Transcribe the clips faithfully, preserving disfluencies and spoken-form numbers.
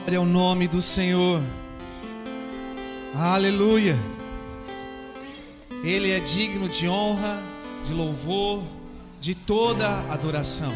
Glória ao nome do Senhor. Aleluia. Ele é digno de honra, de louvor, de toda adoração.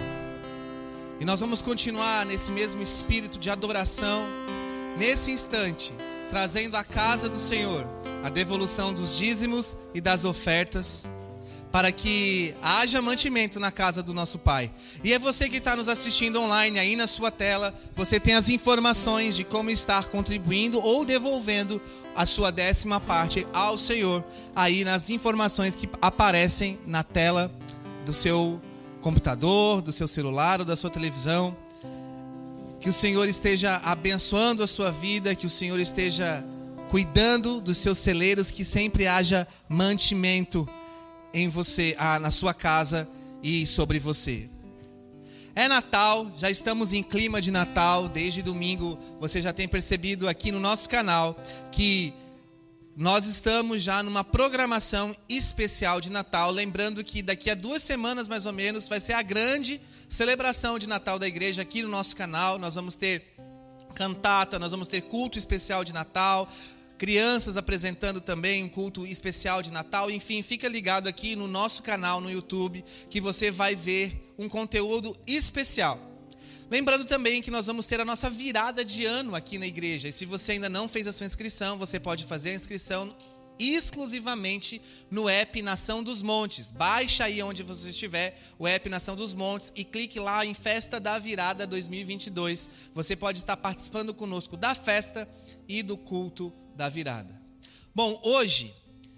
E nós vamos continuar nesse mesmo espírito de adoração, nesse instante, trazendo à casa do Senhor a devolução dos dízimos e das ofertas, para que haja mantimento na casa do nosso Pai. E é você que está nos assistindo online, aí na sua tela, você tem as informações de como estar contribuindo ou devolvendo a sua décima parte ao Senhor, aí nas informações que aparecem na tela do seu computador, do seu celular ou da sua televisão. Que o Senhor esteja abençoando a sua vida, que o Senhor esteja cuidando dos seus celeiros, que sempre haja mantimento em você, ah, na sua casa e sobre você. É Natal, já estamos em clima de Natal. Desde domingo você já tem percebido aqui no nosso canal que nós estamos já numa programação especial de Natal. Lembrando que daqui a duas semanas mais ou menos vai ser a grande celebração de Natal da igreja aqui no nosso canal. Nós vamos ter cantata, nós vamos ter culto especial de Natal, crianças apresentando também um culto especial de Natal. Enfim, fica ligado aqui no nosso canal no YouTube que você vai ver um conteúdo especial. Lembrando também que nós vamos ter a nossa virada de ano aqui na igreja. E se você ainda não fez a sua inscrição, você pode fazer a inscrição exclusivamente no app Nação dos Montes. Baixa aí onde você estiver o app Nação dos Montes e clique lá em Festa da Virada dois mil e vinte e dois. Você pode estar participando conosco da festa e do culto da virada. Bom, hoje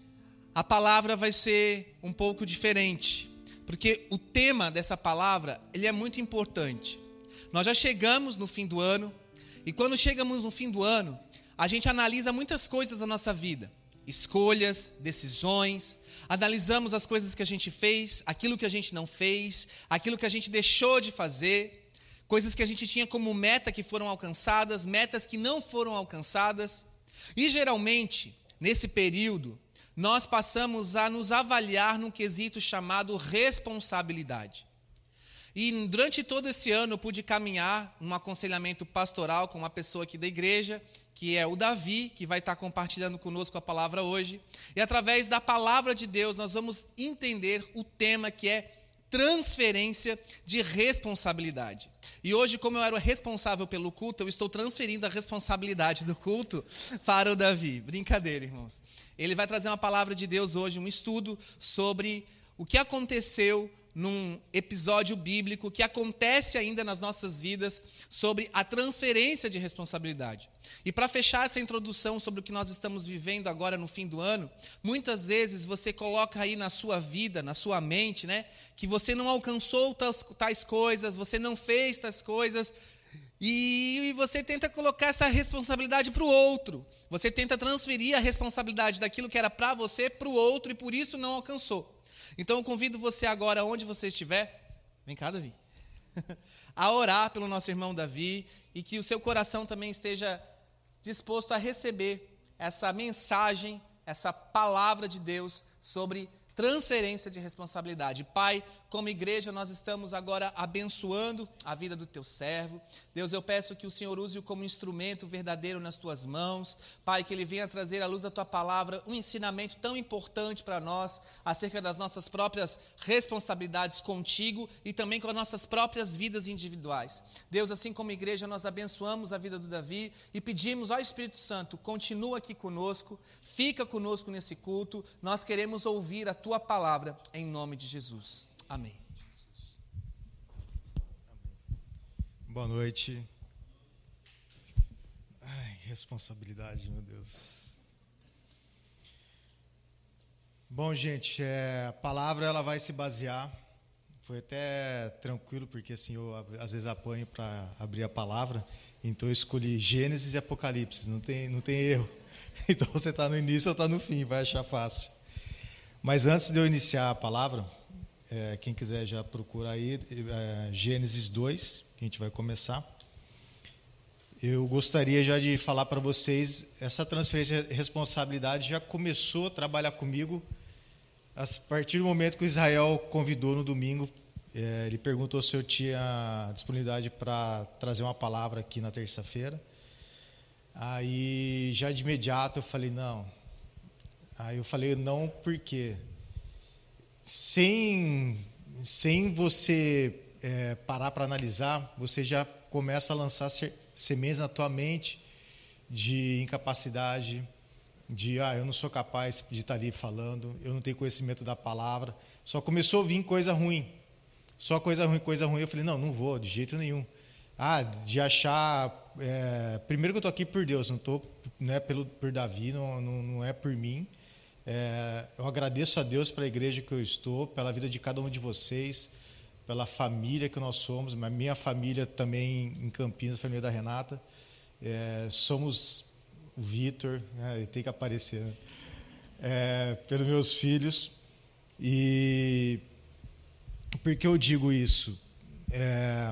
a palavra vai ser um pouco diferente, porque o tema dessa palavra, ele é muito importante. Nós já chegamos no fim do ano, e quando chegamos no fim do ano, a gente analisa muitas coisas da nossa vida, escolhas, decisões, analisamos as coisas que a gente fez, aquilo que a gente não fez, aquilo que a gente deixou de fazer, coisas que a gente tinha como meta que foram alcançadas, metas que não foram alcançadas. E geralmente, nesse período, nós passamos a nos avaliar num quesito chamado responsabilidade. E durante todo esse ano eu pude caminhar num aconselhamento pastoral com uma pessoa aqui da igreja, que é o Davi, que vai estar compartilhando conosco a palavra hoje. E através da palavra de Deus nós vamos entender o tema que é transferência de responsabilidade. E hoje, como eu era o responsável pelo culto, eu estou transferindo a responsabilidade do culto para o Davi. Brincadeira, irmãos. Ele vai trazer uma palavra de Deus hoje, um estudo sobre o que aconteceu num episódio bíblico que acontece ainda nas nossas vidas sobre a transferência de responsabilidade. E para fechar essa introdução sobre o que nós estamos vivendo agora no fim do ano, muitas vezes você coloca aí na sua vida, na sua mente, né, que você não alcançou tais, tais coisas, você não fez tais coisas, e você tenta colocar essa responsabilidade para o outro. Você tenta transferir a responsabilidade daquilo que era para você para o outro e por isso não alcançou. Então eu convido você agora, onde você estiver, vem cá, Davi, a orar pelo nosso irmão Davi e que o seu coração também esteja disposto a receber essa mensagem, essa palavra de Deus sobre transferência de responsabilidade. Pai, como igreja, nós estamos agora abençoando a vida do teu servo. Deus, eu peço que o Senhor use-o como instrumento verdadeiro nas tuas mãos. Pai, que ele venha trazer à luz da tua palavra um ensinamento tão importante para nós acerca das nossas próprias responsabilidades contigo e também com as nossas próprias vidas individuais. Deus, assim como igreja, nós abençoamos a vida do Davi e pedimos ao Espírito Santo, continua aqui conosco, fica conosco nesse culto. Nós queremos ouvir a tua tua palavra, em nome de Jesus. Amém. Boa noite. Ai, responsabilidade, meu Deus. Bom, gente, é, a palavra ela vai se basear. Foi até tranquilo, porque assim, eu às vezes apanho para abrir a palavra. Então eu escolhi Gênesis e Apocalipse. Não tem, não tem erro. Então você está no início ou está no fim, vai achar fácil. Mas antes de eu iniciar a palavra, é, quem quiser já procura aí, é, Gênesis dois, que a gente vai começar. Eu gostaria já de falar para vocês, essa transferência de responsabilidade já começou a trabalhar comigo a partir do momento que o Israel convidou no domingo. É, ele perguntou se eu tinha disponibilidade para trazer uma palavra aqui na terça-feira. Aí, já de imediato, eu falei, não. Aí eu falei, não, por quê? Sem, sem você é, parar para analisar, você já começa a lançar sementes na tua mente de incapacidade, de, ah, eu não sou capaz de estar ali falando, eu não tenho conhecimento da palavra. Só começou a vir coisa ruim. Só coisa ruim, coisa ruim. Eu falei, não, não vou, de jeito nenhum. Ah, de achar... É, primeiro que eu estou aqui por Deus, não estou, não é pelo, por Davi, não, não, não é por mim. É, eu agradeço a Deus pela igreja que eu estou, pela vida de cada um de vocês, pela família que nós somos, mas minha família também em Campinas, a família da Renata. É, somos o Vitor, né, ele tem que aparecer, né? É, pelos meus filhos. E por que eu digo isso? É,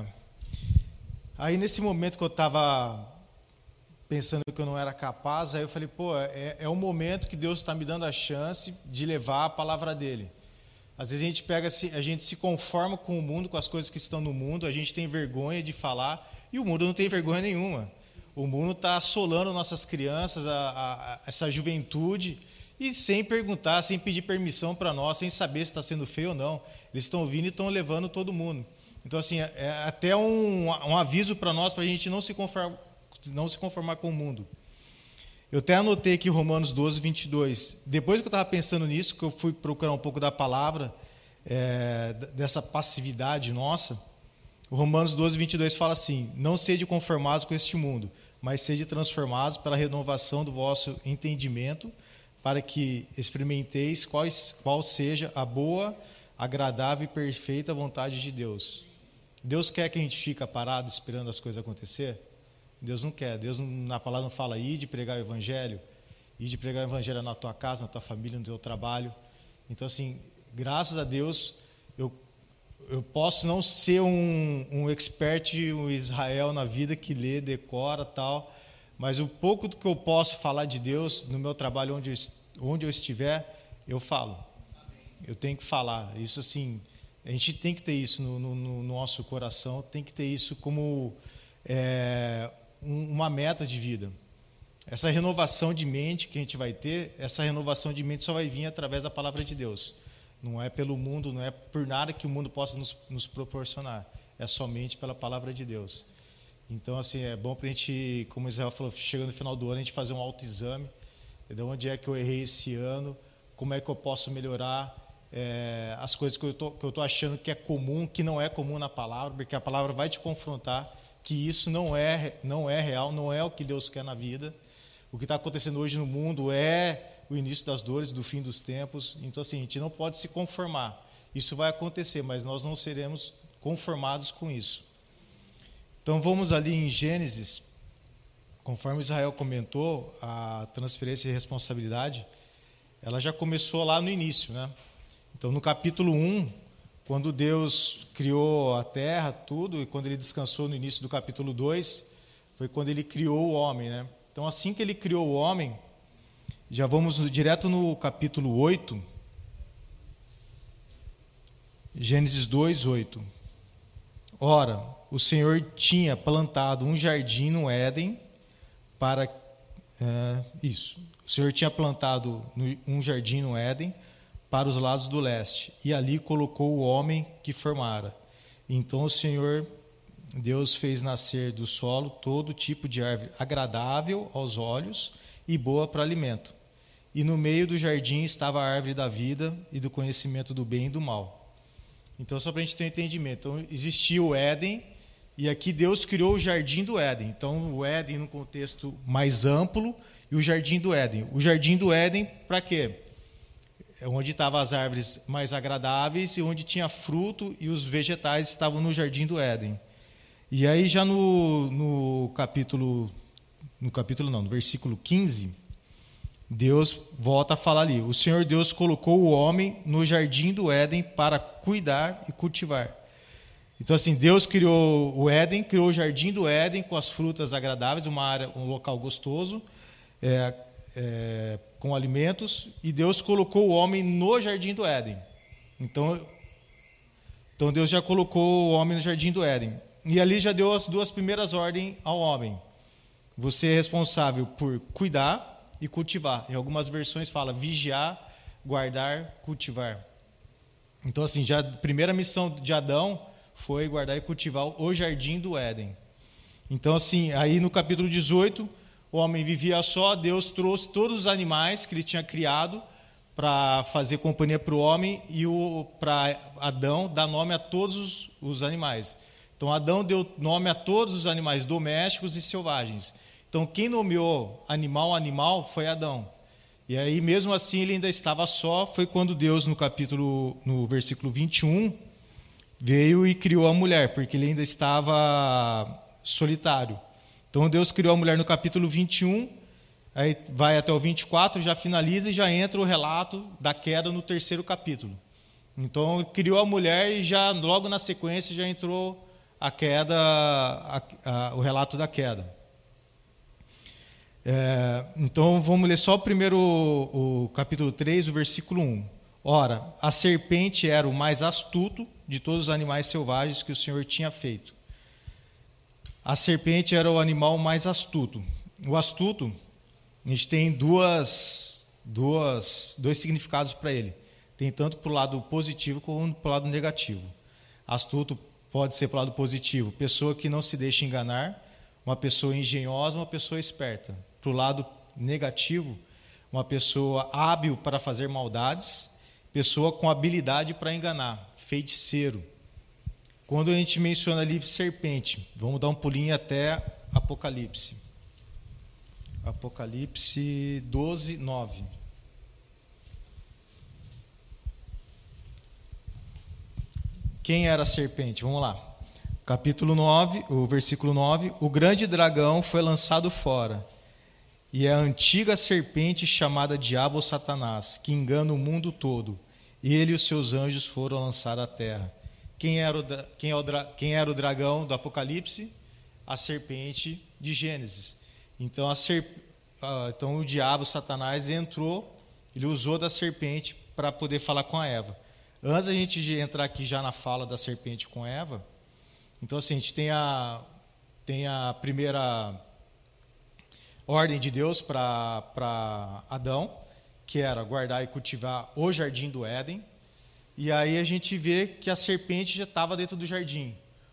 aí nesse momento que eu estava pensando que eu não era capaz, aí eu falei, pô, é, é um momento que Deus está me dando a chance de levar a palavra dele. Às vezes a gente pega, a gente se conforma com o mundo, com as coisas que estão no mundo, a gente tem vergonha de falar, e o mundo não tem vergonha nenhuma. O mundo está assolando nossas crianças, a, a, a, essa juventude, e sem perguntar, sem pedir permissão para nós, sem saber se está sendo feio ou não. Eles estão vindo e estão levando todo mundo. Então, assim, é, é até um, um aviso para nós, para a gente não se, conformar, não se conformar com o mundo. Eu até anotei aqui Romanos doze, vinte e dois. Depois que eu estava pensando nisso, que eu fui procurar um pouco da palavra, é, dessa passividade nossa, o Romanos doze, vinte e dois fala assim, não sede conformados com este mundo, mas sede transformados pela renovação do vosso entendimento, para que experimenteis qual, qual seja a boa, agradável e perfeita vontade de Deus. Deus quer que a gente fique parado esperando as coisas acontecer? Deus não quer. Deus na palavra não fala ir de pregar o evangelho, ir de pregar o evangelho na tua casa, na tua família, no teu trabalho. Então, assim, graças a Deus, eu, eu posso não ser um, um expert, um Israel na vida que lê, decora, tal, mas o pouco do que eu posso falar de Deus no meu trabalho, onde eu, onde eu estiver, eu falo. Eu tenho que falar. Isso, assim, a gente tem que ter isso no, no, no nosso coração, tem que ter isso como é, um, uma meta de vida. Essa renovação de mente que a gente vai ter, essa renovação de mente só vai vir através da palavra de Deus. Não é pelo mundo, não é por nada que o mundo possa nos, nos proporcionar. É somente pela palavra de Deus. Então, assim, é bom para a gente, como o Israel falou, chegando no final do ano, a gente fazer um autoexame. De onde é que eu errei esse ano, como é que eu posso melhorar é, as coisas que eu tô, que eu estou achando que é comum, que não é comum na palavra, porque a palavra vai te confrontar que isso não é, não é real, não é o que Deus quer na vida. O que está acontecendo hoje no mundo é o início das dores, do fim dos tempos. Então, assim, a gente não pode se conformar. Isso vai acontecer, mas nós não seremos conformados com isso. Então, vamos ali em Gênesis, conforme Israel comentou, a transferência de responsabilidade, ela já começou lá no início, né? Então, no capítulo um, quando Deus criou a terra, tudo, e quando ele descansou no início do capítulo dois, foi quando ele criou o homem, né? Então, assim que ele criou o homem, já vamos direto no capítulo oito, Gênesis dois, oito. Ora, o Senhor tinha plantado um jardim no Éden para... É, isso. O Senhor tinha plantado um jardim no Éden para os lados do leste, e ali colocou o homem que formara. Então o Senhor Deus fez nascer do solo todo tipo de árvore agradável aos olhos e boa para alimento. E no meio do jardim estava a árvore da vida e do conhecimento do bem e do mal. Então, só para a gente ter um entendimento, então, existia o Éden, e aqui Deus criou o jardim do Éden. Então, o Éden no contexto mais amplo e o jardim do Éden. O jardim do Éden, para quê? É onde estavam as árvores mais agradáveis e onde tinha fruto, e os vegetais estavam no jardim do Éden. E aí, já no, no capítulo, no capítulo não, no versículo quinze, Deus volta a falar ali. O Senhor Deus colocou o homem no jardim do Éden para cuidar e cultivar. Então, assim, Deus criou o Éden, criou o jardim do Éden com as frutas agradáveis, uma área, um local gostoso, é, é, com alimentos, e Deus colocou o homem no jardim do Éden. Então, então, Deus já colocou o homem no jardim do Éden. E ali já deu as duas primeiras ordens ao homem. você é responsável por cuidar e cultivar. Em algumas versões fala vigiar, guardar, cultivar. Então, assim, já a primeira missão de Adão foi guardar e cultivar o jardim do Éden. Então, assim, aí no capítulo dezoito, o homem vivia só, Deus trouxe todos os animais que ele tinha criado para fazer companhia para o homem e para Adão dar nome a todos os, os animais. Então, Adão deu nome a todos os animais domésticos e selvagens. Então, quem nomeou animal animal foi Adão. E aí, mesmo assim, ele ainda estava só. Foi quando Deus, no capítulo, no versículo vinte e um, veio e criou a mulher, porque ele ainda estava solitário. Então, Deus criou a mulher no capítulo vinte e um, aí vai até o vinte e quatro, já finaliza e já entra o relato da queda no terceiro capítulo. Então, criou a mulher e já logo na sequência já entrou a queda, a, a, o relato da queda. É, então, vamos ler só o primeiro, o, o capítulo três, o versículo um. Ora, a serpente era o mais astuto de todos os animais selvagens que o Senhor tinha feito. A serpente era o animal mais astuto. O astuto, a gente tem duas, duas, dois significados para ele. Tem tanto para o lado positivo como para o lado negativo. Astuto pode ser para o lado positivo, pessoa que não se deixa enganar, uma pessoa engenhosa, uma pessoa esperta. Para o lado negativo, uma pessoa hábil para fazer maldades, pessoa com habilidade para enganar, feiticeiro. Quando a gente menciona ali serpente, vamos dar um pulinho até Apocalipse. Apocalipse doze, nove. Quem era a serpente? Vamos lá. Capítulo nove, o versículo nove. O grande dragão foi lançado fora, e é a antiga serpente chamada Diabo ou Satanás, que engana o mundo todo. E ele e os seus anjos foram lançados à terra. Quem era, o, quem, é o, quem era o dragão do Apocalipse? A serpente de Gênesis. Então, a ser, então o diabo, Satanás, entrou, ele usou da serpente para poder falar com a Eva. Antes da gente de entrar aqui já na fala da serpente com Eva, então assim, a gente tem a, tem a primeira ordem de Deus para Adão, que era guardar e cultivar o jardim do Éden. E aí a gente vê que a serpente já estava dentro do jardim.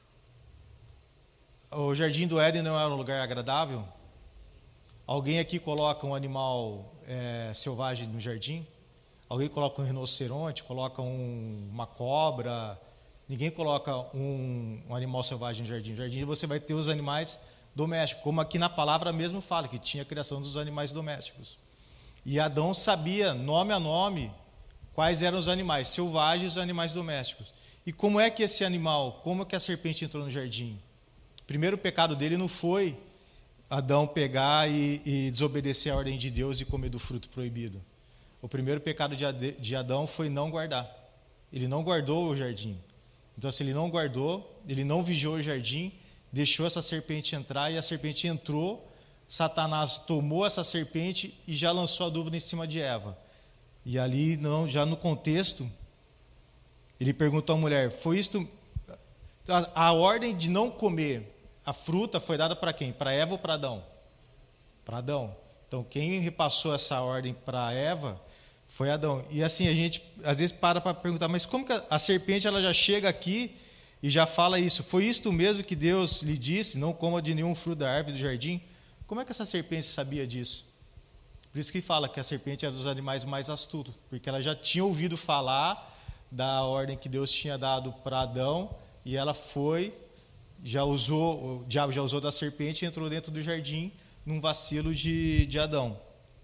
O jardim do Éden não era um lugar agradável? Alguém aqui coloca um animal é, selvagem no jardim? Alguém coloca um rinoceronte, coloca um, uma cobra? Ninguém coloca um, um animal selvagem no jardim. No jardim você vai ter os animais domésticos, como aqui na palavra mesmo fala, que tinha a criação dos animais domésticos. E Adão sabia, nome a nome, quais eram os animais selvagens e os animais domésticos. E como é que esse animal, como é que a serpente entrou no jardim? O primeiro pecado dele não foi Adão pegar e, e desobedecer a ordem de Deus e comer do fruto proibido. O primeiro pecado de Adão foi não guardar. Ele não guardou o jardim. Então, se ele não guardou, ele não vigiou o jardim, deixou essa serpente entrar, e a serpente entrou, Satanás tomou essa serpente e já lançou a dúvida em cima de Eva. E ali, não, já no contexto, ele perguntou à mulher, foi isto... A, a ordem de não comer a fruta foi dada para quem? Para Eva ou para Adão? Para Adão. Então, quem repassou essa ordem para Eva foi Adão. E assim, a gente às vezes para para perguntar, mas como que a, a serpente ela já chega aqui e já fala isso? Foi isto mesmo que Deus lhe disse, não coma de nenhum fruto da árvore do jardim? Como é que essa serpente sabia disso? Por isso que fala que a serpente era dos animais mais astutos, porque ela já tinha ouvido falar da ordem que Deus tinha dado para Adão, e ela foi, já usou, o diabo já usou da serpente e entrou dentro do jardim num vacilo de, de Adão.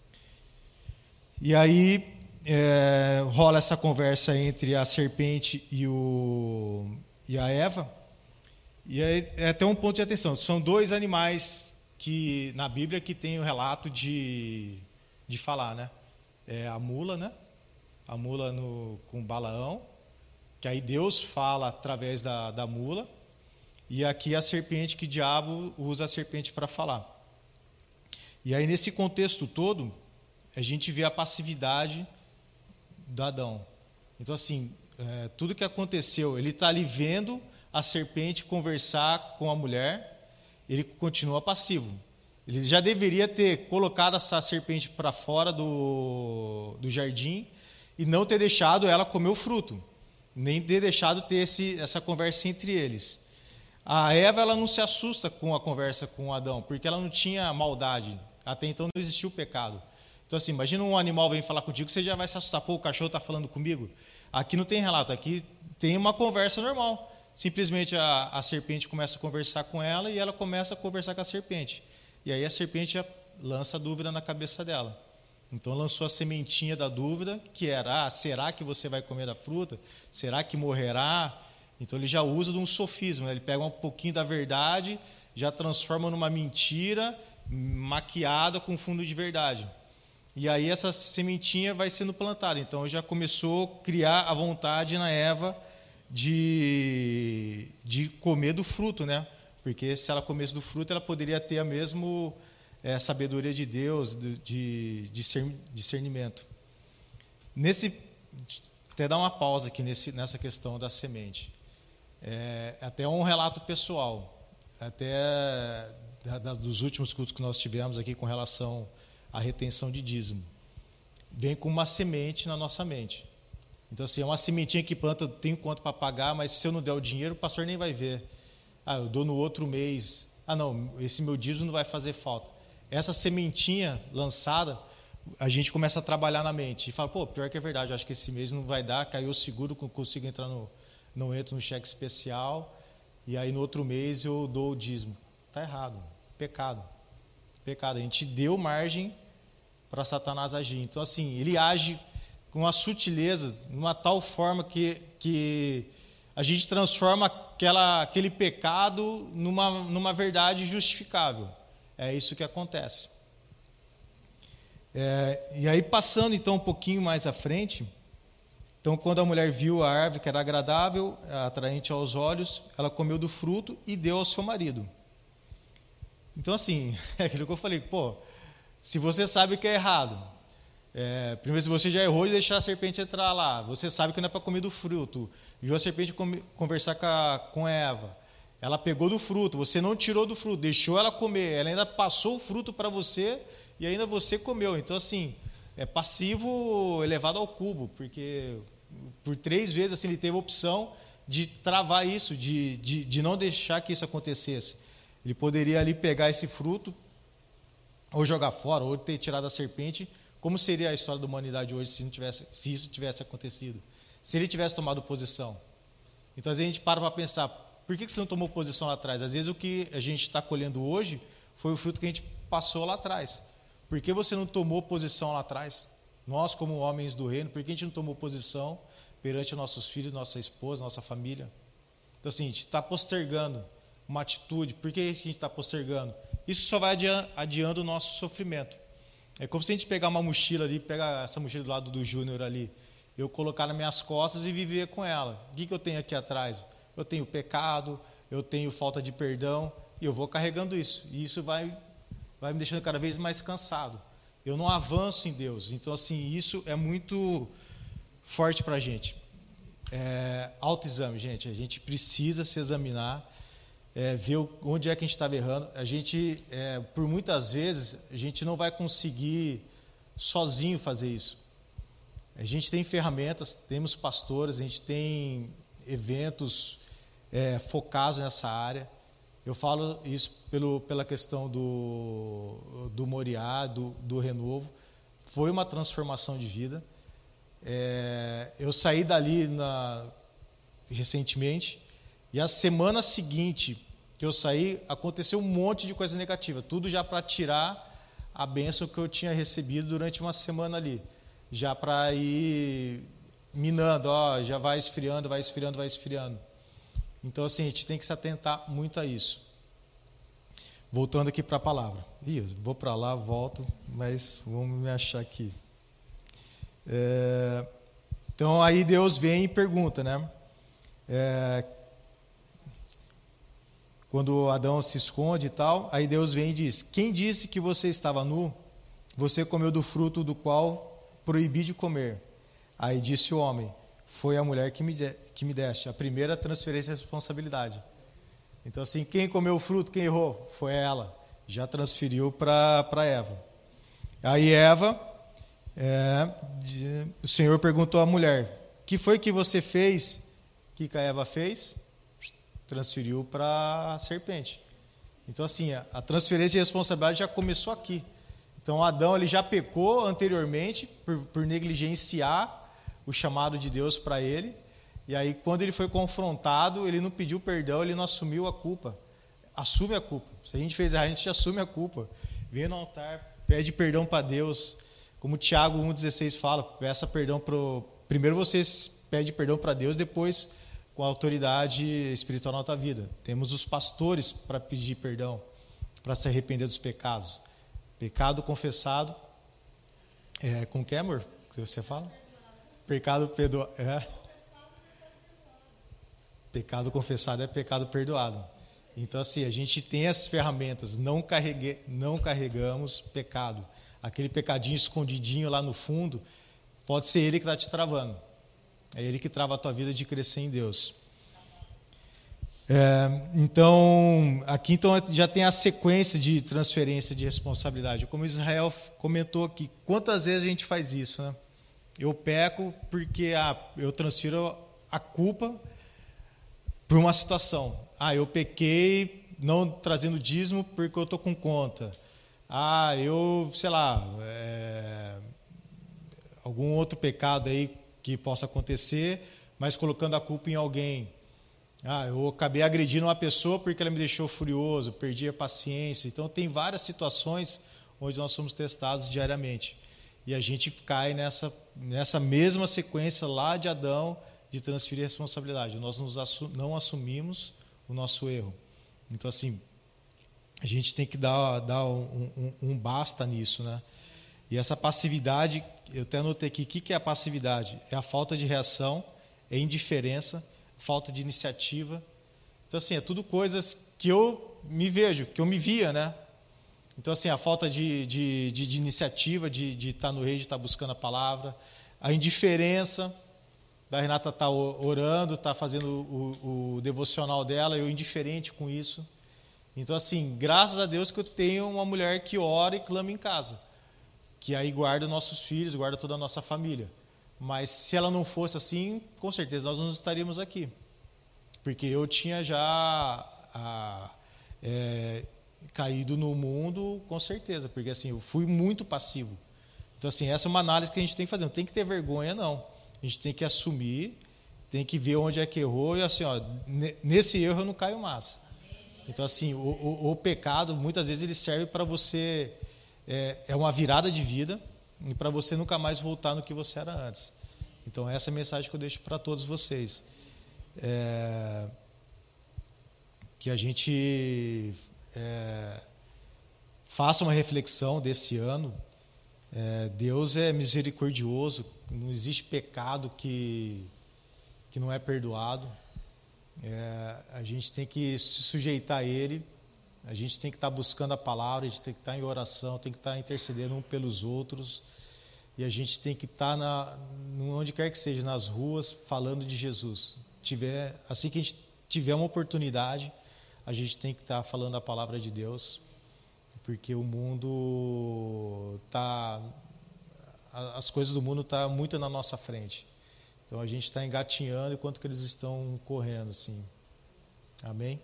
E aí é, rola essa conversa entre a serpente e, o, e a Eva, e aí é até um ponto de atenção, são dois animais que na Bíblia que tem o relato de, de falar, né? É a mula, né? A mula no, com Balaão, que aí Deus fala através da, da mula, e aqui a serpente, que o diabo usa a serpente para falar. E aí nesse contexto todo, a gente vê a passividade do Adão. Então assim, é, tudo que aconteceu, ele está ali vendo a serpente conversar com a mulher, ele continua passivo. Ele já deveria ter colocado essa serpente para fora do, do jardim e não ter deixado ela comer o fruto, nem ter deixado ter esse, essa conversa entre eles. A Eva, ela não se assusta com a conversa com Adão, porque ela não tinha maldade. Até então não existia o pecado. Então, assim, imagina um animal vem falar contigo, você já vai se assustar. Pô, o cachorro está falando comigo. Aqui não tem relato, aqui tem uma conversa normal. Simplesmente a, a serpente começa a conversar com ela e ela começa a conversar com a serpente. E aí a serpente já lança a dúvida na cabeça dela. Então lançou a sementinha da dúvida, que era, ah, será que você vai comer da fruta? Será que morrerá? Então ele já usa de um sofisma, né? Ele pega um pouquinho da verdade, já transforma numa mentira maquiada com fundo de verdade. E aí essa sementinha vai sendo plantada. Então já começou a criar a vontade na Eva de, de comer do fruto, né? Porque se ela comesse do fruto, ela poderia ter a mesma é, sabedoria de Deus, de, de, de discernimento. Nesse, até dar uma pausa aqui nesse, nessa questão da semente. É, até um relato pessoal, até da, da, dos últimos cultos que nós tivemos aqui com relação à retenção de dízimo. Vem com uma semente na nossa mente. Então, assim, é uma sementinha que planta, eu tenho quanto para pagar, mas se eu não der o dinheiro, o pastor nem vai ver. Ah, eu dou no outro mês. Ah, não, esse meu dízimo não vai fazer falta. Essa sementinha lançada, a gente começa a trabalhar na mente. E fala, pô, pior que é verdade, eu acho que esse mês não vai dar, caiu o seguro, consigo entrar no... não entro no cheque especial, e aí no outro mês eu dou o dízimo. Está errado, pecado. Pecado. A gente deu margem para Satanás agir. Então, assim, ele age com uma sutileza, numa tal forma que, que a gente transforma aquela, aquele pecado numa, numa verdade justificável. É isso que acontece. É, e aí, passando então um pouquinho mais à frente, então, quando a mulher viu a árvore que era agradável, atraente aos olhos, ela comeu do fruto e deu ao seu marido. Então, assim, é aquilo que eu falei, pô, se você sabe que é errado, é, primeiro, se você já errou de deixar a serpente entrar lá, você sabe que não é para comer do fruto, viu a serpente conversar com, a, com Eva, ela pegou do fruto, você não tirou do fruto, deixou ela comer, ela ainda passou o fruto para você e ainda você comeu. Então, assim, é passivo elevado ao cubo, porque por três vezes assim, ele teve a opção de travar isso, de, de, de não deixar que isso acontecesse. Ele poderia ali pegar esse fruto, ou jogar fora, ou ter tirado a serpente. Como seria a história da humanidade hoje se, não tivesse, se isso tivesse acontecido? Se ele tivesse tomado posição. Então, às vezes a gente para para pensar, por que você não tomou posição lá atrás? Às vezes o que a gente está colhendo hoje foi o fruto que a gente passou lá atrás. Por que você não tomou posição lá atrás? Nós, como homens do reino, por que a gente não tomou posição perante nossos filhos, nossa esposa, nossa família? Então, assim, a gente está postergando uma atitude. Por que a gente está postergando? Isso só vai adiando o nosso sofrimento. É como se a gente pegar uma mochila ali, pegar essa mochila do lado do Júnior ali, eu colocar nas minhas costas e viver com ela. O que, que eu tenho aqui atrás? Eu tenho pecado, eu tenho falta de perdão, e eu vou carregando isso. E isso vai... vai me deixando cada vez mais cansado. Eu não avanço em Deus. Então, assim, isso é muito forte para a gente. É, autoexame, gente. A gente precisa se examinar, é, ver onde é que a gente estava errando. A gente, é, por muitas vezes, a gente não vai conseguir sozinho fazer isso. A gente tem ferramentas, temos pastores, a gente tem eventos é, focados nessa área. Eu falo isso pelo, pela questão do, do Moriá, do, do Renovo. Foi uma transformação de vida. É, eu saí dali na, recentemente e a semana seguinte que eu saí, aconteceu um monte de coisa negativa. Tudo já para tirar a bênção que eu tinha recebido durante uma semana ali. Já para ir minando, ó, já vai esfriando, vai esfriando, vai esfriando. Então, assim, a gente tem que se atentar muito a isso. Voltando aqui para a palavra. Ih, eu vou para lá, volto, mas vamos me achar aqui. É, então, aí Deus vem e pergunta, né? É, quando Adão se esconde e tal, aí Deus vem e diz, quem disse que você estava nu? Você comeu do fruto do qual proibi de comer. Aí disse o homem, foi a mulher que me, de, que me deste. A primeira transferência de responsabilidade. Então, assim, quem comeu o fruto, quem errou? Foi ela. já transferiu para Eva. Aí Eva, é, de, o Senhor perguntou à mulher, o que foi que você fez? O que, que a Eva fez? Transferiu para a serpente. Então, assim, a, a transferência de responsabilidade já começou aqui. Então, Adão ele já pecou anteriormente por, por negligenciar o chamado de Deus para ele. E aí, quando ele foi confrontado, ele não pediu perdão, ele não assumiu a culpa. Assume a culpa. Se a gente fez errado, a gente assume a culpa. Vem no altar, pede perdão para Deus. Como Tiago um dezesseis fala, peça perdão pro... primeiro você pede perdão para Deus, depois com a autoridade espiritual na tua vida. Temos os pastores para pedir perdão, para se arrepender dos pecados. Pecado confessado, é, com o que, amor? Que você fala? Pecado perdoado. É. Pecado confessado é pecado perdoado. Então, assim, a gente tem as ferramentas, não, carregue, não carregamos pecado. Aquele pecadinho escondidinho lá no fundo, pode ser ele que está te travando. É ele que trava a tua vida de crescer em Deus. É, então, aqui então, já tem a sequência de transferência de responsabilidade. Como Israel comentou aqui, quantas vezes a gente faz isso, né? Eu peco porque ah, eu transfiro a culpa por uma situação. Ah, eu pequei não trazendo dízimo porque eu estou com conta. Ah, eu, sei lá, é, algum outro pecado aí que possa acontecer, mas colocando a culpa em alguém. Ah, eu acabei agredindo uma pessoa porque ela me deixou furioso, perdi a paciência. Então, tem várias situações onde nós somos testados diariamente. E a gente cai nessa, nessa mesma sequência lá de Adão, de transferir a responsabilidade. Nós nos assu- não assumimos o nosso erro. Então, assim, a gente tem que dar, dar um, um, um basta nisso, né? E essa passividade, eu até anotei aqui, o que é a passividade? É a falta de reação, é indiferença, falta de iniciativa. Então, assim, é tudo coisas que eu me vejo, que eu me via, né? Então, assim, a falta de, de, de, de iniciativa, de, de estar no rei, de estar buscando a palavra, a indiferença, da Renata estar orando, estar fazendo o, o devocional dela, eu indiferente com isso. Então, assim, graças a Deus que eu tenho uma mulher que ora e clama em casa, que aí guarda nossos filhos, guarda toda a nossa família. Mas se ela não fosse assim, com certeza nós não estaríamos aqui. Porque eu tinha já a, é, caído no mundo, com certeza. Porque assim, eu fui muito passivo. Então, assim, essa é uma análise que a gente tem que fazer. Não tem que ter vergonha, não. A gente tem que assumir, tem que ver onde é que errou. E assim, ó, nesse erro eu não caio mais. Então, assim, o, o, o pecado, muitas vezes, ele serve para você... É, é uma virada de vida e para você nunca mais voltar no que você era antes. Então, essa é a mensagem que eu deixo para todos vocês. É, que a gente é, faça uma reflexão desse ano. É, Deus é misericordioso, não existe pecado que, que não é perdoado. É, a gente tem que se sujeitar a Ele. A gente tem que estar buscando a palavra, a gente tem que estar em oração, tem que estar intercedendo um pelos outros. E a gente tem que estar, na, onde quer que seja, nas ruas, falando de Jesus. Tiver, assim que a gente tiver uma oportunidade, a gente tem que estar falando a palavra de Deus, porque o mundo está... As coisas do mundo estão muito na nossa frente. Então a gente está engatinhando enquanto que eles estão correndo, assim. Amém?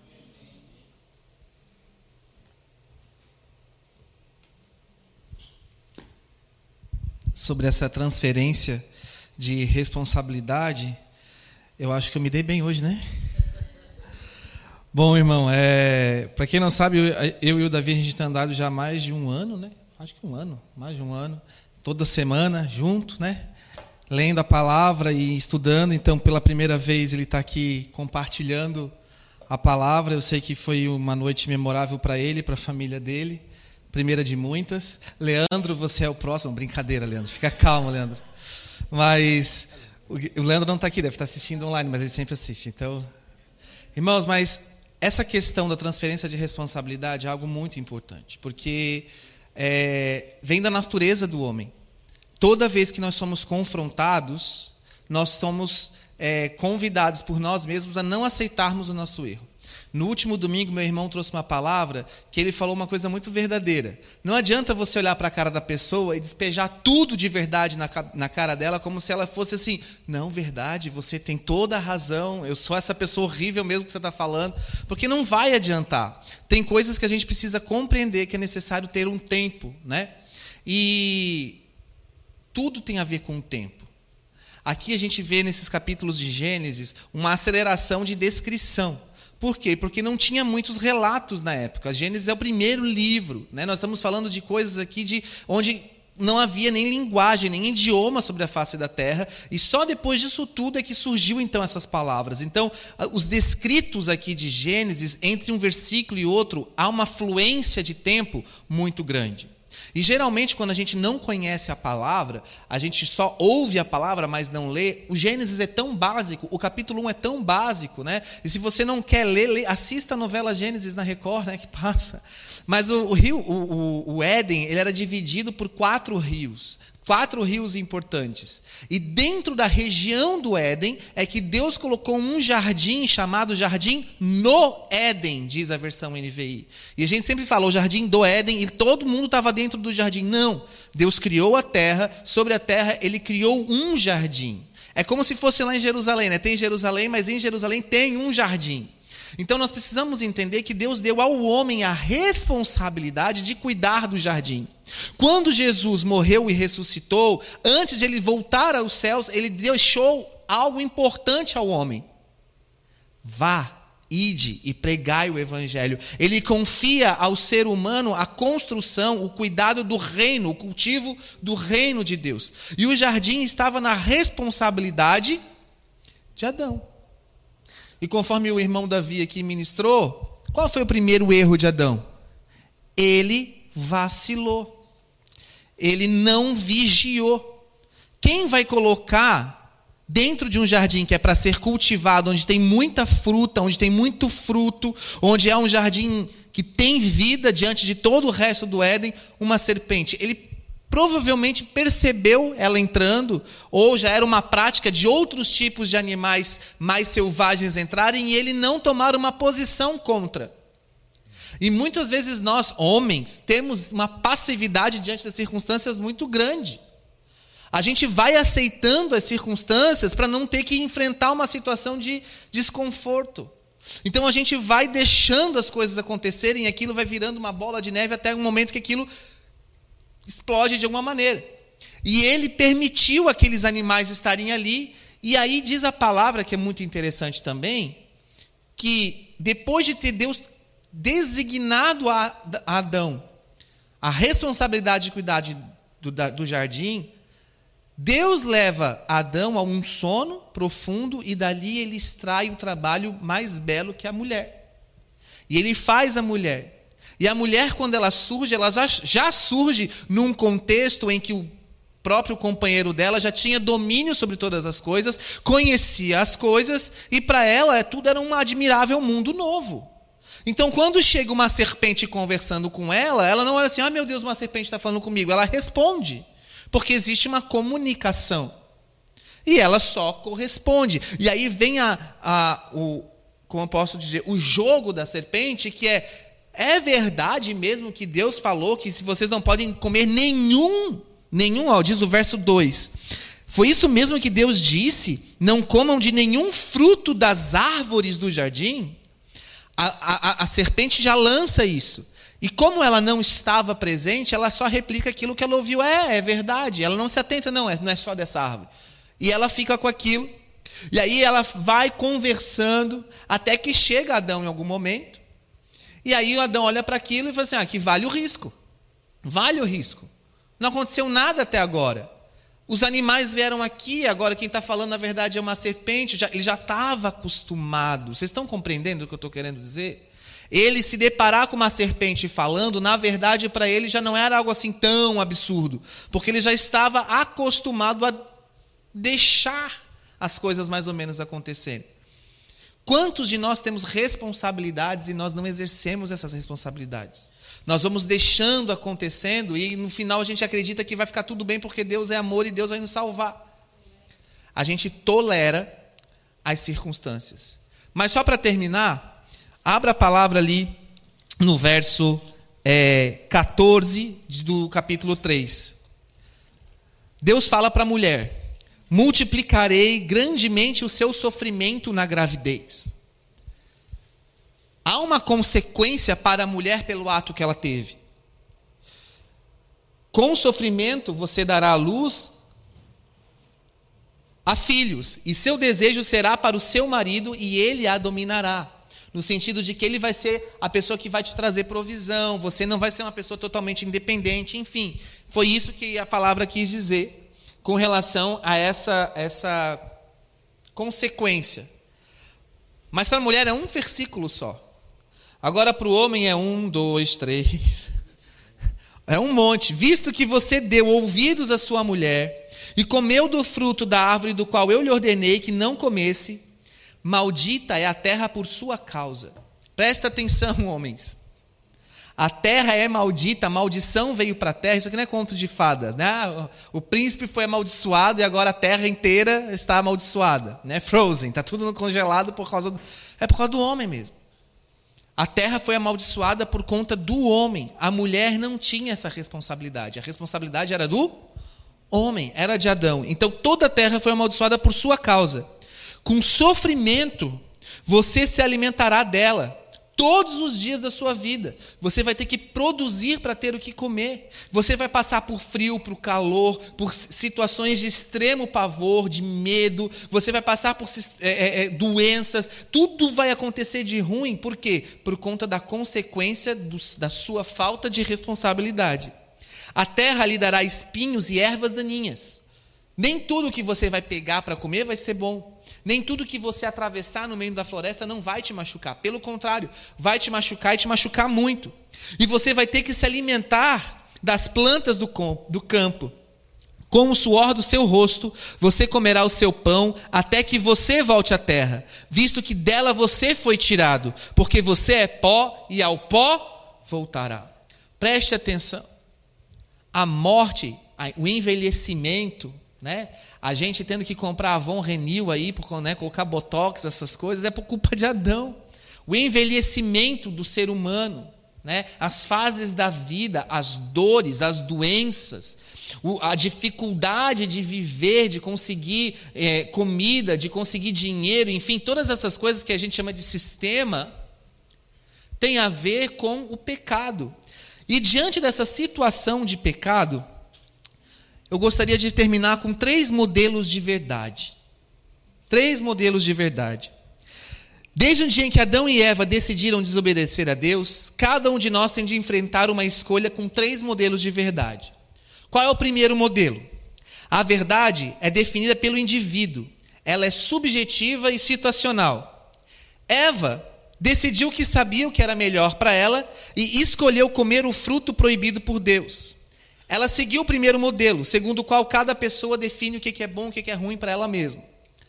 Sobre essa transferência de responsabilidade, eu acho que eu me dei bem hoje, né? Bom, irmão, é, para quem não sabe, eu, eu e o Davi, a gente tem andado já há mais de um ano, né? Acho que um ano, mais de um ano, toda semana, junto, né? Lendo a palavra e estudando. Então, pela primeira vez, ele está aqui compartilhando a palavra. Eu sei que foi uma noite memorável para ele, para a família dele. Primeira de muitas. Leandro, você é o próximo. Brincadeira, Leandro. Fica calmo, Leandro. Mas o Leandro não está aqui, deve estar assistindo online, mas ele sempre assiste. Então, irmãos, mas essa questão da transferência de responsabilidade é algo muito importante, porque é, vem da natureza do homem. Toda vez que nós somos confrontados, nós somos é, convidados por nós mesmos a não aceitarmos o nosso erro. No último domingo, meu irmão trouxe uma palavra que ele falou uma coisa muito verdadeira. Não adianta você olhar para a cara da pessoa e despejar tudo de verdade na, na cara dela, como se ela fosse assim, não, verdade, você tem toda a razão, eu sou essa pessoa horrível mesmo que você está falando, porque não vai adiantar. Tem coisas que a gente precisa compreender que é necessário ter um tempo, né? E tudo tem a ver com o tempo. Aqui a gente vê nesses capítulos de Gênesis uma aceleração de descrição. Por quê? Porque não tinha muitos relatos na época. Gênesis é o primeiro livro, né? Nós estamos falando de coisas aqui de onde não havia nem linguagem, nem idioma sobre a face da terra, e só depois disso tudo é que surgiu então essas palavras. Então, os descritos aqui de Gênesis, entre um versículo e outro, há uma fluência de tempo muito grande. E geralmente, quando a gente não conhece a palavra, a gente só ouve a palavra, mas não lê. O Gênesis é tão básico, o capítulo um é tão básico, né? E se você não quer ler, lê, assista a novela Gênesis na Record, né, que passa. Mas o, o rio, o, o, o Éden, ele era dividido por quatro rios. Quatro rios importantes. E dentro da região do Éden é que Deus colocou um jardim chamado Jardim no Éden, diz a versão N V I. E a gente sempre fala o Jardim do Éden e todo mundo estava dentro do jardim. Não. Deus criou a terra, sobre a terra ele criou um jardim. É como se fosse lá em Jerusalém, né? Tem Jerusalém, mas em Jerusalém tem um jardim. Então nós precisamos entender que Deus deu ao homem a responsabilidade de cuidar do jardim. Quando Jesus morreu e ressuscitou, antes de ele voltar aos céus, ele deixou algo importante ao homem. Vá, ide e pregai o evangelho. Ele confia ao ser humano a construção, o cuidado do reino, o cultivo do reino de Deus. E o jardim estava na responsabilidade de Adão. E conforme o irmão Davi aqui ministrou, qual foi o primeiro erro de Adão? Ele vacilou. Ele não vigiou. Quem vai colocar dentro de um jardim que é para ser cultivado, onde tem muita fruta, onde tem muito fruto, onde é um jardim que tem vida diante de todo o resto do Éden, uma serpente? Ele provavelmente percebeu ela entrando, ou já era uma prática de outros tipos de animais mais selvagens entrarem e ele não tomar uma posição contra. E muitas vezes nós, homens, temos uma passividade diante das circunstâncias muito grande. A gente vai aceitando as circunstâncias para não ter que enfrentar uma situação de desconforto. Então a gente vai deixando as coisas acontecerem e aquilo vai virando uma bola de neve até um momento que aquilo explode de alguma maneira. E ele permitiu aqueles animais estarem ali. E aí diz a palavra, que é muito interessante também, que depois de ter Deus designado a Adão a responsabilidade de cuidar de, do, do jardim, Deus leva Adão a um sono profundo e dali ele extrai o trabalho mais belo que a mulher. E ele faz a mulher. E a mulher, quando ela surge, ela já, já surge num contexto em que o próprio companheiro dela já tinha domínio sobre todas as coisas, conhecia as coisas, e para ela tudo era um admirável mundo novo. Então, quando chega uma serpente conversando com ela, ela não olha assim, ah, meu Deus, uma serpente está falando comigo. Ela responde, porque existe uma comunicação. E ela só corresponde. E aí vem a, a, o, como eu posso dizer, o jogo da serpente, que é, é verdade mesmo que Deus falou que se vocês não podem comer nenhum, nenhum, ó, diz o verso dois. Foi isso mesmo que Deus disse? Não comam de nenhum fruto das árvores do jardim? A, a, a serpente já lança isso. E como ela não estava presente, ela só replica aquilo que ela ouviu. É, é verdade. Ela não se atenta, não, é, não é só dessa árvore. E ela fica com aquilo. E aí ela vai conversando até que chega Adão em algum momento. E aí o Adão olha para aquilo e fala assim, ah, que vale o risco. Vale o risco. Não aconteceu nada até agora. Os animais vieram aqui, agora quem está falando na verdade é uma serpente, já, ele já estava acostumado. Vocês estão compreendendo o que eu estou querendo dizer? Ele se deparar com uma serpente falando, na verdade para ele já não era algo assim tão absurdo, porque ele já estava acostumado a deixar as coisas mais ou menos acontecerem. Quantos de nós temos responsabilidades e nós não exercemos essas responsabilidades? Nós vamos deixando acontecendo e no final a gente acredita que vai ficar tudo bem porque Deus é amor e Deus vai nos salvar. A gente tolera as circunstâncias. Mas só para terminar, Abra a palavra ali no verso é, quatorze do capítulo três. Deus fala para a mulher: multiplicarei grandemente o seu sofrimento na gravidez. Há uma consequência para a mulher pelo ato que ela teve. Com o sofrimento você dará à luz a filhos, e seu desejo será para o seu marido, e ele a dominará. No sentido de que ele vai ser a pessoa que vai te trazer provisão, você não vai ser uma pessoa totalmente independente, enfim. Foi isso que a palavra quis dizer com relação a essa, essa consequência. Mas para a mulher é um versículo só. Agora para o homem é um, dois, três. É um monte. Visto que você deu ouvidos à sua mulher e comeu do fruto da árvore do qual eu lhe ordenei que não comesse, maldita é a terra por sua causa. Presta atenção, homens. A terra é maldita, a maldição veio para a terra. Isso aqui não é conto de fadas, né? O príncipe foi amaldiçoado e agora a terra inteira está amaldiçoada, né? Frozen, está tudo congelado por causa do... É por causa do homem mesmo. A terra foi amaldiçoada por conta do homem. A mulher não tinha essa responsabilidade. A responsabilidade era do homem, era de Adão. Então toda a terra foi amaldiçoada por sua causa. Com sofrimento, você se alimentará dela todos os dias da sua vida. Você vai ter que produzir para ter o que comer. Você vai passar por frio, por calor, por situações de extremo pavor, de medo. Você vai passar por é, é, doenças. Tudo vai acontecer de ruim. Por quê? Por conta da consequência do, da sua falta de responsabilidade. A terra lhe dará espinhos e ervas daninhas. Nem tudo que você vai pegar para comer vai ser bom. Nem tudo que você atravessar no meio da floresta não vai te machucar. Pelo contrário, vai te machucar e te machucar muito. E você vai ter que se alimentar das plantas do campo. Com o suor do seu rosto, você comerá o seu pão até que você volte à terra, visto que dela você foi tirado, porque você é pó e ao pó voltará. Preste atenção. A morte, o envelhecimento, né? A gente tendo que comprar Avon Renew aí, por, né, colocar Botox, essas coisas, é por culpa de Adão. O envelhecimento do ser humano, né, as fases da vida, as dores, as doenças, o, a dificuldade de viver, de conseguir é, comida, de conseguir dinheiro, enfim, todas essas coisas que a gente chama de sistema, tem a ver com o pecado. E diante dessa situação de pecado, eu gostaria de terminar com três modelos de verdade. Três modelos de verdade. Desde o dia em que Adão e Eva decidiram desobedecer a Deus, cada um de nós tem de enfrentar uma escolha com três modelos de verdade. Qual é o primeiro modelo? A verdade é definida pelo indivíduo. Ela é subjetiva e situacional. Eva decidiu que sabia o que era melhor para ela e escolheu comer o fruto proibido por Deus. Ela seguiu o primeiro modelo, segundo o qual cada pessoa define o que é bom e o que é ruim para ela mesma.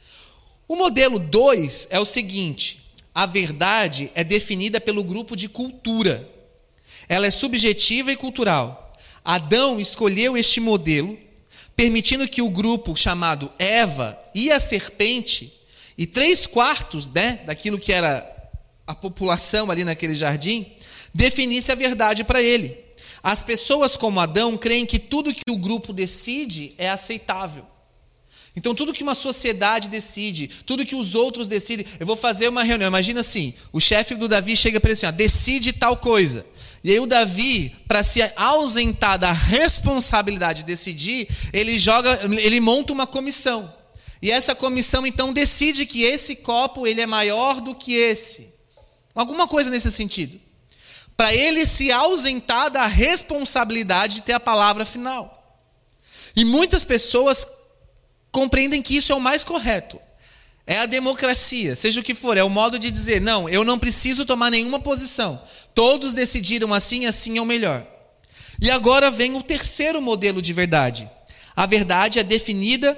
O modelo dois é o seguinte: a verdade é definida pelo grupo de cultura. Ela é subjetiva e cultural. Adão escolheu este modelo, permitindo que o grupo chamado Eva e a serpente, e três quartos, né, daquilo que era a população ali naquele jardim, definisse a verdade para ele. As pessoas como Adão creem que tudo que o grupo decide é aceitável. Então, tudo que uma sociedade decide, tudo que os outros decidem... Eu vou fazer uma reunião, imagina assim, o chefe do Davi chega para ele assim, ó, decide tal coisa. E aí o Davi, para se ausentar da responsabilidade de decidir, ele, joga, ele monta uma comissão. E essa comissão, então, decide que esse copo ele é maior do que esse. Alguma coisa nesse sentido. Para ele se ausentar da responsabilidade de ter a palavra final. E muitas pessoas compreendem que isso é o mais correto. É a democracia, seja o que for, é o modo de dizer, não, eu não preciso tomar nenhuma posição. Todos decidiram assim, assim é o melhor. E agora vem o terceiro modelo de verdade. A verdade é definida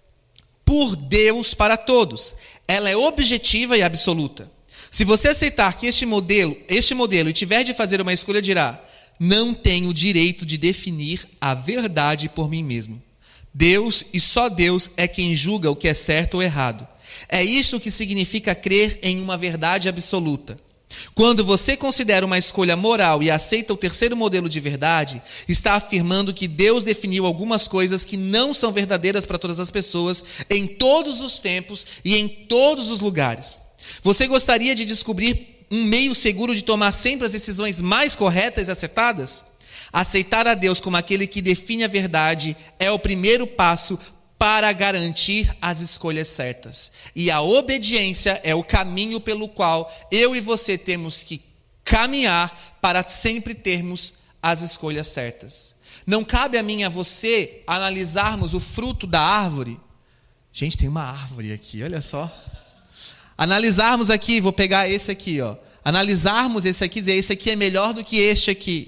por Deus para todos. Ela é objetiva e absoluta. Se você aceitar que este modelo, este modelo e tiver de fazer uma escolha, dirá, não tenho o direito de definir a verdade por mim mesmo. Deus e só Deus é quem julga o que é certo ou errado. É isso que significa crer em uma verdade absoluta. Quando você considera uma escolha moral e aceita o terceiro modelo de verdade, está afirmando que Deus definiu algumas coisas que não são verdadeiras para todas as pessoas, em todos os tempos e em todos os lugares. Você gostaria de descobrir um meio seguro de tomar sempre as decisões mais corretas e acertadas? Aceitar a Deus como aquele que define a verdade é o primeiro passo para garantir as escolhas certas. E a obediência é o caminho pelo qual eu e você temos que caminhar para sempre termos as escolhas certas. Não cabe a mim e a você analisarmos o fruto da árvore. Gente, tem uma árvore aqui, olha só. Analisarmos aqui, vou pegar esse aqui, ó. Analisarmos esse aqui e dizer, esse aqui é melhor do que este aqui.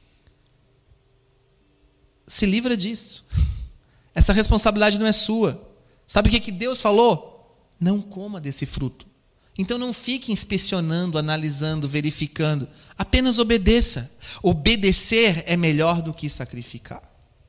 Se livra disso. Essa responsabilidade não é sua. Sabe o que, que Deus falou? Não coma desse fruto. Então não fique inspecionando, analisando, verificando. Apenas obedeça. Obedecer é melhor do que sacrificar.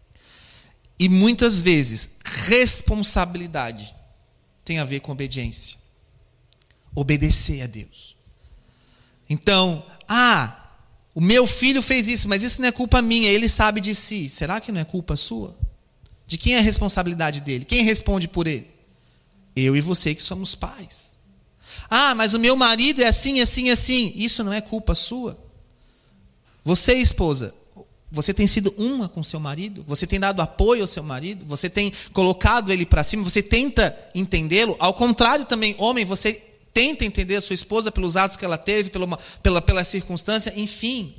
E muitas vezes, responsabilidade tem a ver com obediência. Obedecer a Deus. Então, ah, o meu filho fez isso, mas isso não é culpa minha, ele sabe de si. Será que não é culpa sua? De quem é a responsabilidade dele? Quem responde por ele? Eu e você que somos pais. Ah, mas o meu marido é assim, assim, assim. Isso não é culpa sua? Você, esposa, você tem sido uma com seu marido? Você tem dado apoio ao seu marido? Você tem colocado ele para cima? Você tenta entendê-lo? Ao contrário também, homem, você tenta entender a sua esposa pelos atos que ela teve, pela, pela, pela circunstância, enfim.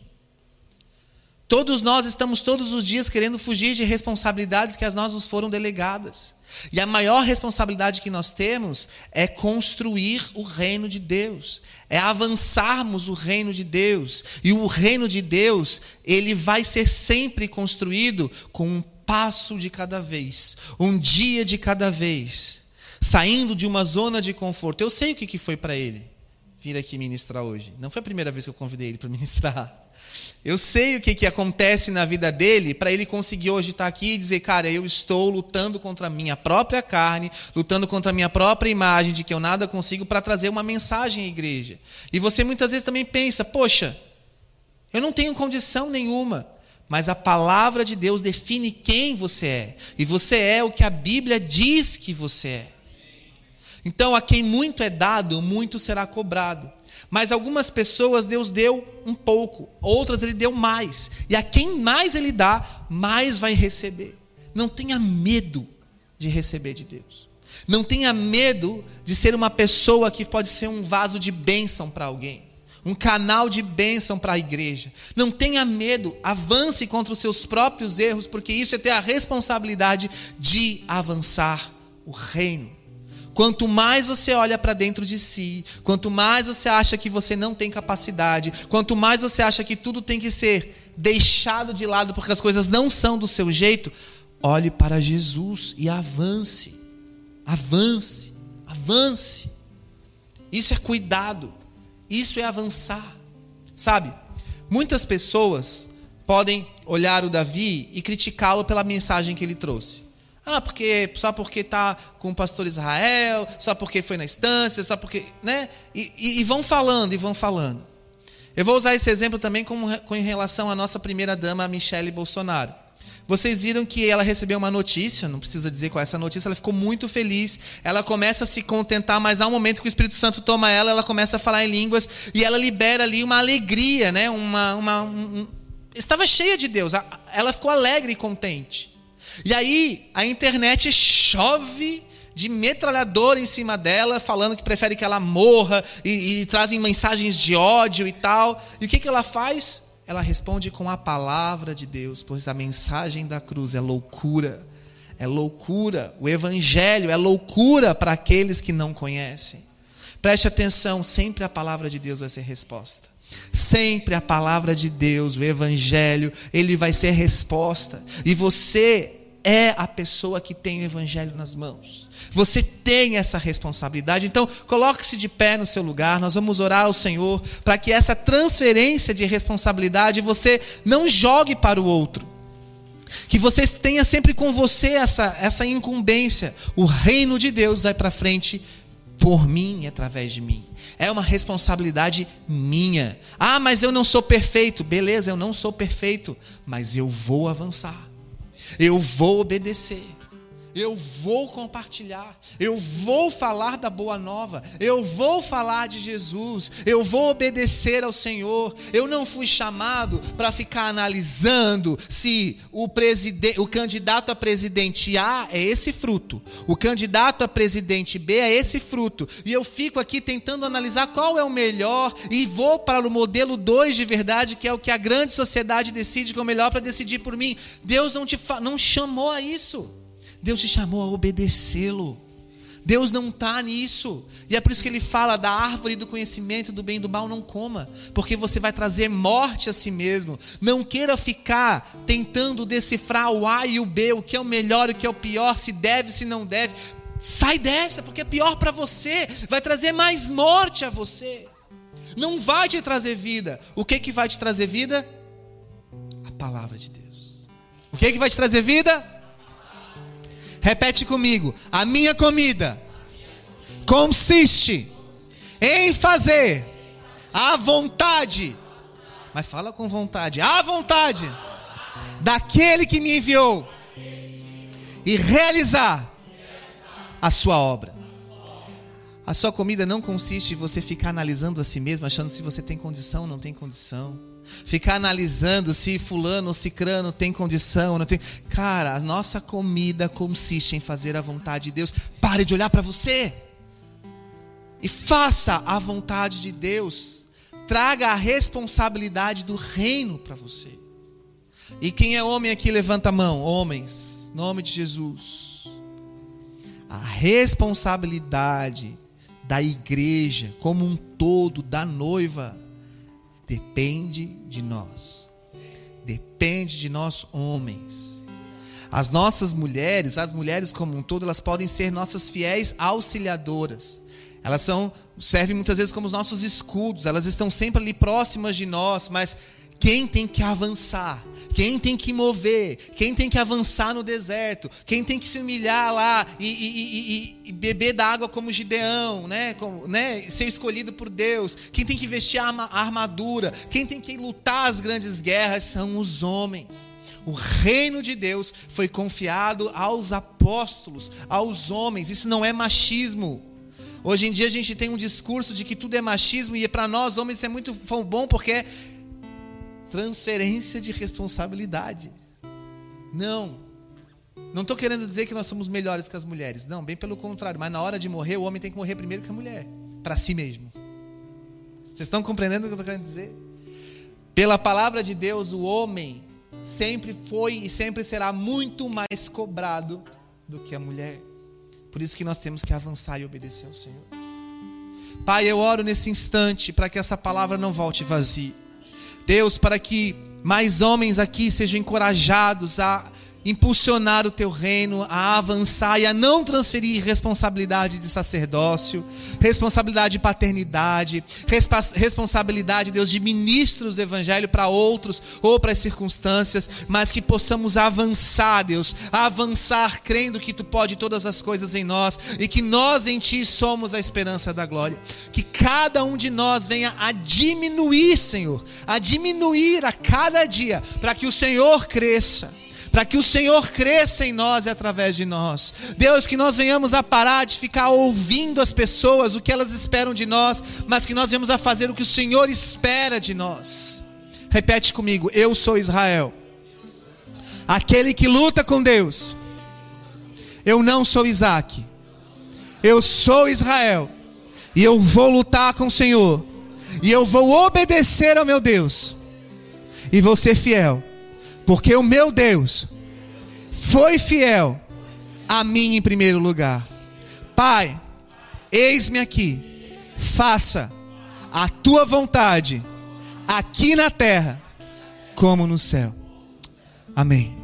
Todos nós estamos todos os dias querendo fugir de responsabilidades que a nós nos foram delegadas. E a maior responsabilidade que nós temos é construir o reino de Deus. É avançarmos o reino de Deus. E o reino de Deus, ele vai ser sempre construído com um passo de cada vez. Um dia de cada vez. Saindo de uma zona de conforto. Eu sei o que foi para ele vir aqui ministrar hoje. Não foi a primeira vez que eu convidei ele para ministrar. Eu sei o que, que acontece na vida dele para ele conseguir hoje estar aqui e dizer, cara, eu estou lutando contra a minha própria carne, lutando contra a minha própria imagem de que eu nada consigo para trazer uma mensagem à igreja. E você muitas vezes também pensa, poxa, eu não tenho condição nenhuma, mas a palavra de Deus define quem você é. E você é o que a Bíblia diz que você é. Então, a quem muito é dado, muito será cobrado. Mas algumas pessoas Deus deu um pouco, outras Ele deu mais. E a quem mais Ele dá, mais vai receber. Não tenha medo de receber de Deus. Não tenha medo de ser uma pessoa que pode ser um vaso de bênção para alguém. Um canal de bênção para a igreja. Não tenha medo, avance contra os seus próprios erros, porque isso é ter a responsabilidade de avançar o reino. Quanto mais você olha para dentro de si, quanto mais você acha que você não tem capacidade, quanto mais você acha que tudo tem que ser deixado de lado porque as coisas não são do seu jeito, olhe para Jesus e avance, avance, avance. Isso é cuidado, isso é avançar, sabe? Muitas pessoas podem olhar o Davi e criticá-lo pela mensagem que ele trouxe. Ah, porque, só porque está com o pastor Israel, só porque foi na estância, só porque... né? E, e, e vão falando, e vão falando. Eu vou usar esse exemplo também com, com em relação à nossa primeira-dama, Michele Bolsonaro. Vocês viram que ela recebeu uma notícia, não precisa dizer qual é essa notícia, ela ficou muito feliz, ela começa a se contentar, mas há um momento que o Espírito Santo toma ela, ela começa a falar em línguas, e ela libera ali uma alegria, né? uma, uma, um, estava cheia de Deus, ela ficou alegre e contente. E aí a internet chove de metralhadora em cima dela, falando que prefere que ela morra, e, e trazem mensagens de ódio e tal. E o que, que ela faz? Ela responde com a palavra de Deus, pois a mensagem da cruz é loucura. É loucura. O evangelho é loucura para aqueles que não conhecem. Preste atenção, sempre a palavra de Deus vai ser resposta. Sempre a palavra de Deus, o evangelho, ele vai ser resposta. E você é a pessoa que tem o evangelho nas mãos. Você tem essa responsabilidade. Então, coloque-se de pé no seu lugar. Nós vamos orar ao Senhor para que essa transferência de responsabilidade você não jogue para o outro. Que você tenha sempre com você essa, essa incumbência. O reino de Deus vai para frente por mim e através de mim. É uma responsabilidade minha. Ah, mas eu não sou perfeito. Beleza, eu não sou perfeito, mas eu vou avançar. Eu vou obedecer. Eu vou compartilhar, eu vou falar da boa nova, eu vou falar de Jesus, eu vou obedecer ao Senhor. Eu não fui chamado para ficar analisando se o, preside- o candidato a presidente A é esse fruto, o candidato a presidente B é esse fruto, e eu fico aqui tentando analisar qual é o melhor e vou para o modelo dois de verdade, que é o que a grande sociedade decide que é o melhor para decidir por mim. Deus não te fa- não chamou a isso. Deus te chamou a obedecê-lo. Deus não está nisso. E é por isso que ele fala da árvore do conhecimento do bem e do mal não coma, porque você vai trazer morte a si mesmo. Não queira ficar tentando decifrar o A e o B, o que é o melhor e o que é o pior, se deve, se não deve. Sai dessa, porque é pior para você. Vai trazer mais morte a você. Não vai te trazer vida. O que, que vai te trazer vida? A palavra de Deus. O que, que vai te trazer vida? Repete comigo. A minha comida consiste em fazer a vontade, mas fala com vontade, a vontade daquele que me enviou e realizar a sua obra. A sua comida não consiste em você ficar analisando a si mesmo, achando se você tem condição ou não tem condição. Ficar analisando se fulano ou cicrano tem condição ou não tem. Cara, a nossa comida consiste em fazer a vontade de Deus. Pare de olhar para você e faça a vontade de Deus. Traga a responsabilidade do reino para você. E quem é homem aqui, levanta a mão. Homens, em nome de Jesus. A responsabilidade da igreja como um todo, da noiva, depende de nós. Depende de nós, homens. As nossas mulheres, as mulheres como um todo, elas podem ser nossas fiéis auxiliadoras. Elas são, servem muitas vezes como os nossos escudos. Elas estão sempre ali próximas de nós, mas quem tem que avançar, quem tem que mover, quem tem que avançar no deserto, quem tem que se humilhar lá e, e, e, e beber da água como Gideão, né? Como, né? Ser escolhido por Deus, quem tem que vestir a armadura, quem tem que lutar as grandes guerras são os homens. O reino de Deus foi confiado aos apóstolos, aos homens. Isso não é machismo. Hoje em dia a gente tem um discurso de que tudo é machismo e para nós homens isso é muito bom porque é transferência de responsabilidade. Não. Não estou querendo dizer que nós somos melhores que as mulheres. Não, bem pelo contrário. Mas na hora de morrer, o homem tem que morrer primeiro que a mulher. Para si mesmo. Vocês estão compreendendo o que eu estou querendo dizer? Pela palavra de Deus, o homem sempre foi e sempre será muito mais cobrado do que a mulher. Por isso que nós temos que avançar e obedecer ao Senhor. Pai, eu oro nesse instante para que essa palavra não volte vazia. Deus, para que mais homens aqui sejam encorajados a impulsionar o teu reino, a avançar e a não transferir responsabilidade de sacerdócio, responsabilidade de paternidade, respa- responsabilidade, Deus, de ministros do evangelho para outros ou para as circunstâncias, mas que possamos avançar, Deus, avançar crendo que tu pode todas as coisas em nós e que nós em ti somos a esperança da glória. Que cada um de nós venha a diminuir, Senhor, a diminuir a cada dia, para que o Senhor cresça. Para que o Senhor cresça em nós e através de nós. Deus, que nós venhamos a parar de ficar ouvindo as pessoas, o que elas esperam de nós, mas que nós venhamos a fazer o que o Senhor espera de nós. Repete comigo: eu sou Israel, aquele que luta com Deus. Eu não sou Isaac, eu sou Israel, e eu vou lutar com o Senhor, e eu vou obedecer ao meu Deus, e vou ser fiel. Porque o meu Deus foi fiel a mim em primeiro lugar. Pai, eis-me aqui. Faça a tua vontade aqui na terra como no céu. Amém.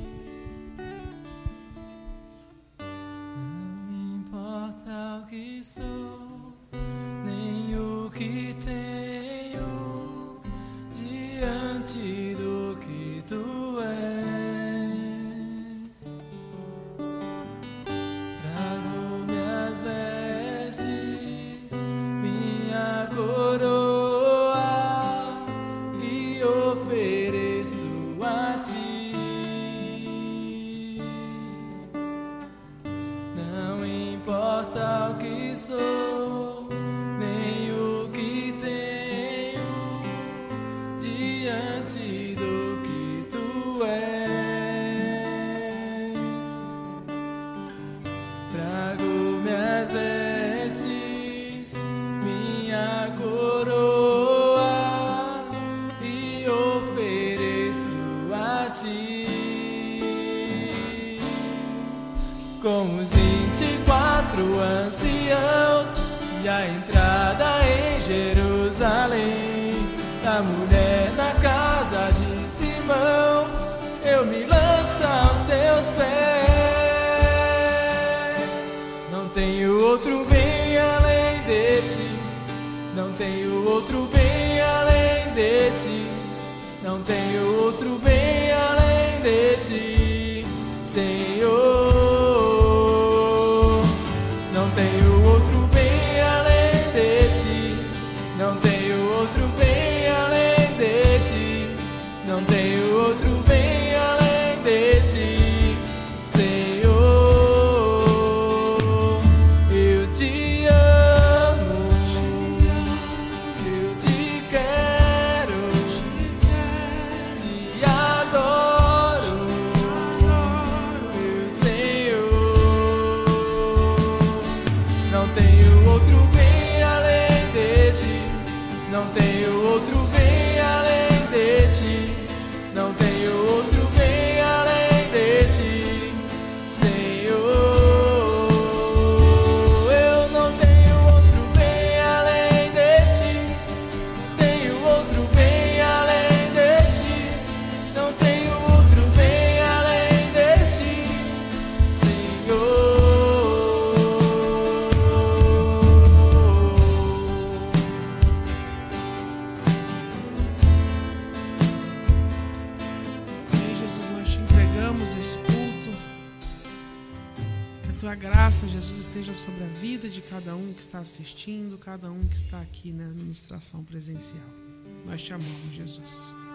Não importa o que sou, nem o que tenho diante do que tu és. Trago minhas vestes sou, nem o que tenho diante do que tu és. Trago minhas vestes, minha coroa e ofereço a ti. Com os vinte e quatro anciãos e a entrada em Jerusalém, a mulher na casa de Simão, eu me lanço aos teus pés. Não tenho outro bem além de ti, não tenho outro bem além de ti, não tenho outro bem além de ti, Senhor. Não tenho outro bem além de ti, não tenho outro bem além de ti, não tenho outro bem além de ti, Senhor. Eu te amo, eu te quero, te adoro, meu Senhor. Não tenho outro bem além de ti, não tenho outro bem além de ti, não tenho outro bem além de ti, Senhor. Eu não tenho outro bem além de ti, tenho outro bem além de ti, não tenho outro bem além de ti, Senhor. Amém, Jesus, nós te entregamos esse culto. Que a tua graça, Jesus, esteja sobre a vida de cada um que está assistindo, cada um que está aqui na administração presencial. Nós te amamos, Jesus.